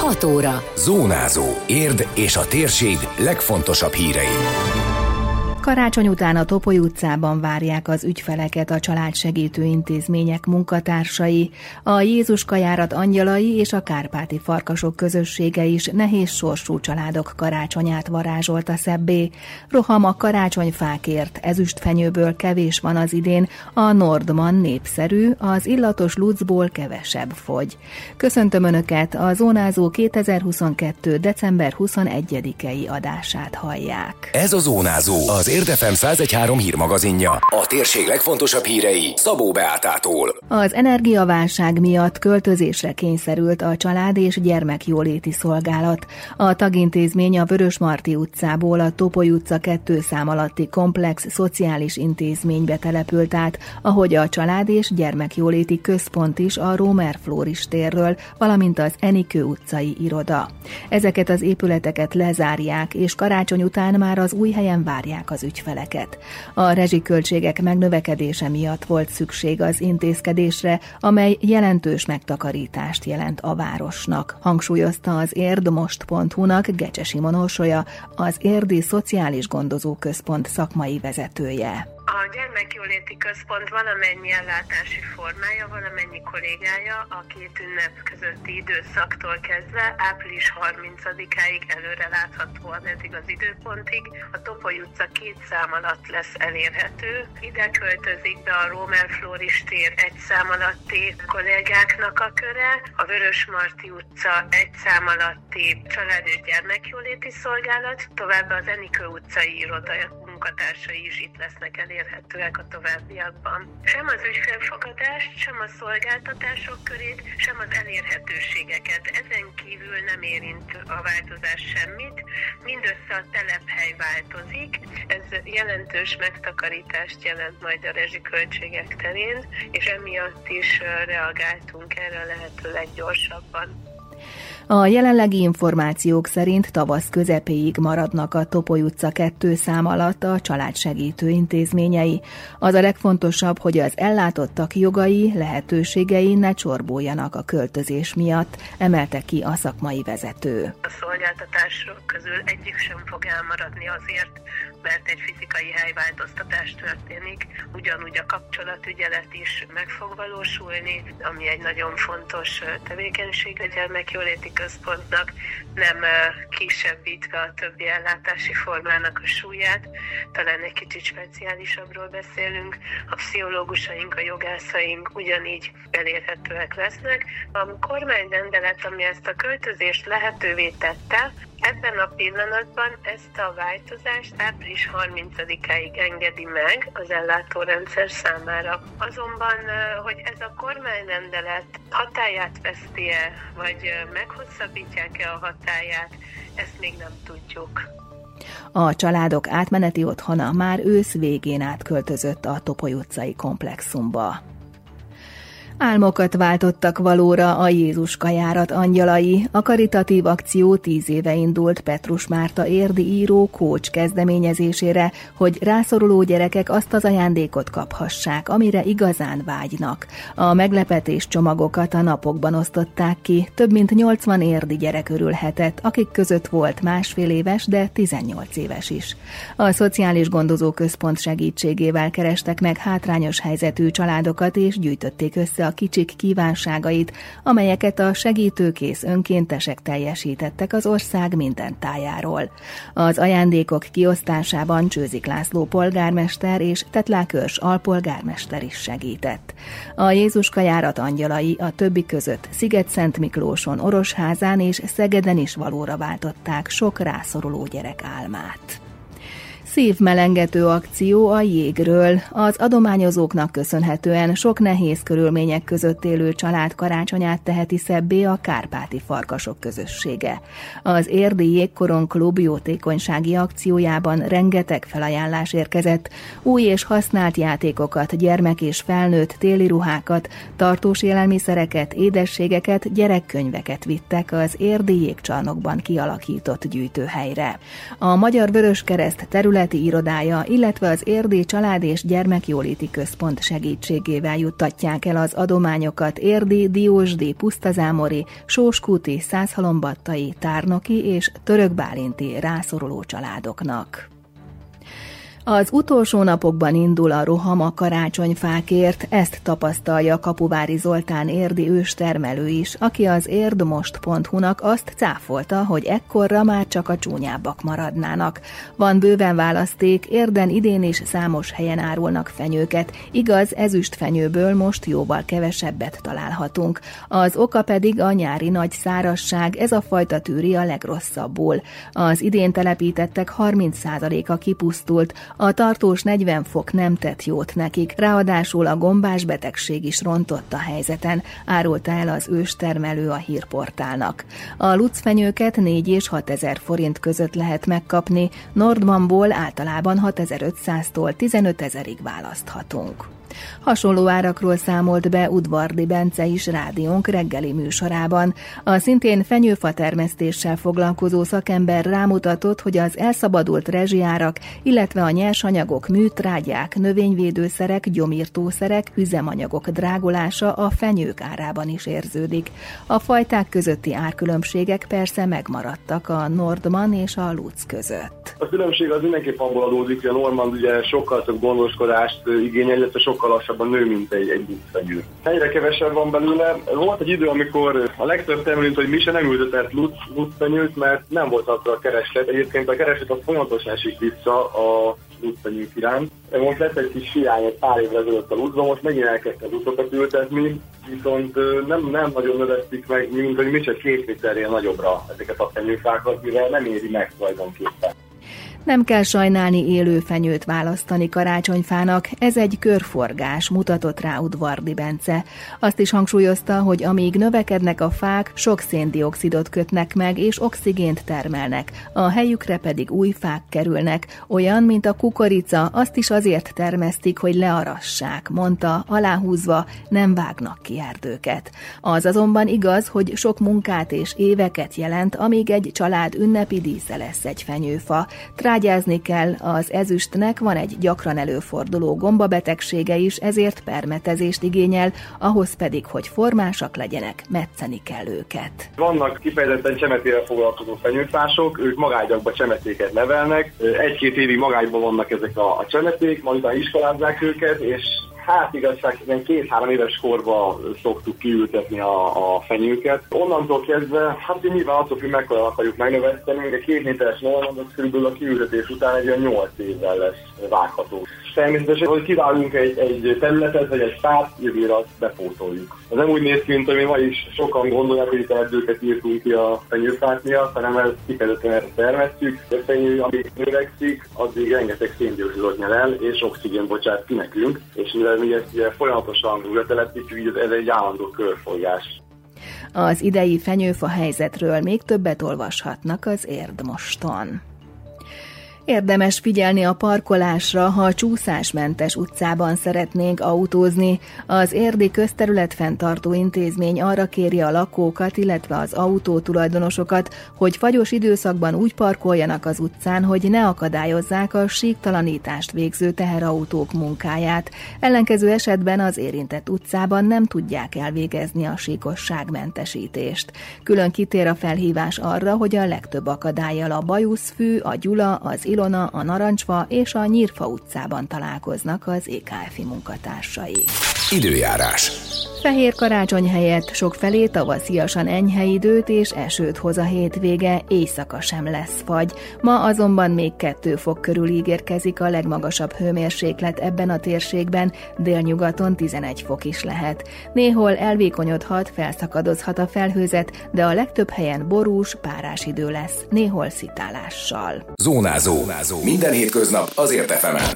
6 óra. Zónázó. Érd és a térség legfontosabb hírei. Karácsony után a Topoly utcában várják az ügyfeleket a családsegítő intézmények munkatársai. A Jézuskajárat angyalai és a Kárpáti Farkasok közössége is nehéz sorsú családok karácsonyát varázsolta szebbé. Roham a karácsonyfákért, ezüstfenyőből kevés van az idén, a Nordman népszerű, az illatos lucból kevesebb fogy. Köszöntöm Önöket, a Zónázó 2022. december 21-i adását hallják. Ez a Zónázó, az Érd FM 101.3 hírmagazinja. A térség legfontosabb hírei Szabó Beátától. Az energiaválság miatt költözésre kényszerült a Család- és Gyermekjóléti Szolgálat. A tagintézmény a Vörösmarty utcából a Topoly utca 2 szám alatti komplex szociális intézménybe települt át, ahogy a Család- és Gyermekjóléti Központ is a Rómer Flóris térről, valamint az Enikő utcai iroda. Ezeket az épületeket lezárják, és karácsony után már az új helyen várják az ügyfeleket. A rezsiköltségek megnövekedése miatt volt szükség az intézkedésre, amely jelentős megtakarítást jelent a városnak, hangsúlyozta az érdmost.hu-nak Gecse Simon Orsolya, az Érdi Szociális Gondozó Központ szakmai vezetője. A gyermekjóléti központ valamennyi ellátási formája, valamennyi kollégája a két ünnep közötti időszaktól kezdve április 30-áig előre láthatóan eddig az időpontig a Topoly utca 2 szám alatt lesz elérhető. Ide költözik be a Rómer Flóris tér 1 szám alatti kollégáknak a köre, a Vörösmarty utca 1 szám alatti Család- és Gyermekjóléti Szolgálat, továbbá az Enikő utcai iroda munkatársai is itt lesznek elérhetőek a továbbiakban. Sem az ügyfélfogadást, sem a szolgáltatások körét, sem az elérhetőségeket ezen kívül nem érint a változás semmit, mindössze a telephely változik. Ez jelentős megtakarítást jelent majd a rezsiköltségek terén, és emiatt is reagáltunk erre a lehető leggyorsabban. A jelenlegi információk szerint tavasz közepéig maradnak a Topoly utca 2 szám alatt a családsegítő intézményei. Az a legfontosabb, hogy az ellátottak jogai, lehetőségei ne csorbuljanak a költözés miatt, emelte ki a szakmai vezető. A szolgáltatások közül egyik sem fog elmaradni azért, mert egy fizikai helyváltoztatás történik, ugyanúgy a kapcsolatügyelet is meg fog valósulni, ami egy nagyon fontos tevékenység a gyermekjóléti központnak, nem kisebbítve a többi ellátási formának a súlyát, talán egy kicsit speciálisabbról beszélünk, a pszichológusaink, a jogászaink ugyanígy elérhetőek lesznek. A kormányrendelet, ami ezt a költözést lehetővé tette, ebben a pillanatban ezt a változást április 30-áig engedi meg az ellátórendszer számára. Azonban, hogy ez a kormányrendelet hatályát veszti-e, vagy meghosszabbítják-e a hatályát, ezt még nem tudjuk. A családok átmeneti otthona már ősz végén átköltözött a Topoly utcai komplexumba. Álmokat váltottak valóra a Jézuskajárat angyalai. A karitatív akció 10 éve indult Petrus Márta érdi író coach kezdeményezésére, hogy rászoruló gyerekek azt az ajándékot kaphassák, amire igazán vágynak. A meglepetés csomagokat a napokban osztották ki, több mint 80 érdi gyerek örülhetett, akik között volt 1,5 éves, de 18 éves is. A Szociális Gondozó Központ segítségével kerestek meg hátrányos helyzetű családokat és gyűjtötték össze a kicsik kívánságait, amelyeket a segítőkész önkéntesek teljesítettek az ország minden tájáról. Az ajándékok kiosztásában Csőzik László polgármester és Tetlák Őrs alpolgármester is segített. A Jézuskajárat angyalai a többi között Sziget-Szent Miklóson, Orosházán és Szegeden is valóra váltották sok rászoruló gyerek álmát. Szívmelengető akció a jégről. Az adományozóknak köszönhetően sok nehéz körülmények között élő család karácsonyát teheti szebbé a Kárpáti Farkasok közössége. Az Érdi Jégkorong Klub jótékonysági akciójában rengeteg felajánlás érkezett. Új és használt játékokat, gyermek és felnőtt téli ruhákat, tartós élelmiszereket, édességeket, gyerekkönyveket vittek az Érdi Jégcsarnokban kialakított gyűjtőhelyre. A Magyar Vöröskereszt terület üzleti irodája, illetve az Érdi Család- és Gyermekjóléti Központ segítségével juttatják el az adományokat érdi, diósdi, pusztazámori, sóskúti, százhalombattai, tárnoki és törökbálinti rászoruló családoknak. Az utolsó napokban indul a roham a karácsonyfákért, ezt tapasztalja Kapuvári Zoltán érdi őstermelő is, aki az érdmost.hu-nak azt cáfolta, hogy ekkorra már csak a csúnyábbak maradnának. Van bőven választék, Érden idén is számos helyen árulnak fenyőket, igaz, ezüstfenyőből most jóval kevesebbet találhatunk. Az oka pedig a nyári nagy szárazság, ez a fajta tűri a legrosszabbul. Az idén telepítettek 30%-a kipusztult, a tartós 40 fok nem tett jót nekik, ráadásul a gombás betegség is rontott a helyzeten, árulta el az őstermelő a hírportálnak. A lucfenyőket 4 és 6 ezer forint között lehet megkapni, Nordmanból általában 6500-tól 15 ezerig választhatunk. Hasonló árakról számolt be Udvardi Bence is rádiónk reggeli műsorában. A szintén fenyőfa termesztéssel foglalkozó szakember rámutatott, hogy az elszabadult rezsiárak, illetve a nyersanyagok, műtrágyák, növényvédőszerek, gyomírtószerek, üzemanyagok drágulása a fenyők árában is érződik. A fajták közötti árkülönbségek persze megmaradtak a Nordman és a Lutz között. A különbség az mindenképp abból adódik, hogy a Nordman ugye sokkal több gondoskodást igényel, illetve sokkal lassabban nő, mint egy Lutz-fenyő. Egyre kevesebb van belőle. Volt egy idő, amikor a legtöbb termelő, hogy mi se nem ültetett Lutz-fenyőt, mert nem volt akkor a kereslet. Egyébként a kereslet az folyamatosan esik vissza a Lutz-fenyők iránt. Most lett egy kis hiány egy pár évvel ezelőtt a Lutzban, most megint elkezdte az utakat ültetni, viszont nem nagyon növesztik meg, mint hogy mi csak 2 méternél nagyobbra ezeket a fenyőfákat, mivel nem éri meg tulajdonképpen. Nem kell sajnálni élő fenyőt választani karácsonyfának, ez egy körforgás, mutatott rá Udvardi Bence. Azt is hangsúlyozta, hogy amíg növekednek a fák, sok széndioxidot kötnek meg és oxigént termelnek, a helyükre pedig új fák kerülnek, olyan, mint a kukorica, azt is azért termesztik, hogy learassák, mondta, aláhúzva, nem vágnak ki erdőket. Az azonban igaz, hogy sok munkát és éveket jelent, amíg egy család ünnepi dísze lesz egy fenyőfa. Trágyázni kell, az ezüstnek van egy gyakran előforduló gombabetegsége is, ezért permetezést igényel, ahhoz pedig, hogy formásak legyenek, metszeni kell őket. Vannak kifejezetten csemetével foglalkozó fenyőfások, ők magágyakba csemetéket nevelnek, 1-2 évig magágyban vannak ezek a csemeték, majd utána iskolázzák őket, és hát igazságszerűen 2-3 éves korban szoktuk kiültetni a fenyőket. Onnantól kezdve, hát nyilván attól, hogy mekkora akarjuk megnöveszteni, a 2 méteres Nordman az körülbelül a kiültetés után egy olyan 8 évvel lesz vágható. Természetesen, hogy kivágunk egy területet, vagy egy fát, jövőre azt bepótoljuk. Ez nem úgy néz ki, mint hogy mi ma is sokan gondolják, hogy itt erdőket írtunk ki a fenyőfák miatt, hanem ez kifejezetten erre termesztjük. A fenyő, amíg növekszik, addig rengeteg széndioxidot nyel el, és oxigén bocsát ki nekünk, és mivel mi ezt folyamatosan ületelepítjük, így ez egy állandó körforgás. Az idei fenyőfa helyzetről még többet olvashatnak az Érdmoston. Érdemes figyelni a parkolásra, ha csúszásmentes utcában szeretnénk autózni. Az Érdi Közterületfenntartó Intézmény arra kéri a lakókat, illetve az autótulajdonosokat, hogy fagyos időszakban úgy parkoljanak az utcán, hogy ne akadályozzák a síktalanítást végző teherautók munkáját. Ellenkező esetben az érintett utcában nem tudják elvégezni a síkosságmentesítést. Külön kitér a felhívás arra, hogy a legtöbb akadállyal a Bajuszfű, a Gyula, az Ilona, a Narancsfa és a Nyírfa utcában találkoznak az EKF-i munkatársai. Időjárás. Fehér karácsony helyett sokfelé tavasziasan enyhe időt és esőt hoz a hétvége, éjszaka sem lesz fagy. Ma azonban még 2 fok körül ígérkezik a legmagasabb hőmérséklet ebben a térségben, délnyugaton 11 fok is lehet. Néhol elvékonyodhat, felszakadozhat a felhőzet, de a legtöbb helyen borús, párás idő lesz, néhol szitálással. Zónázó. Minden hétköznap az Érd FM-en.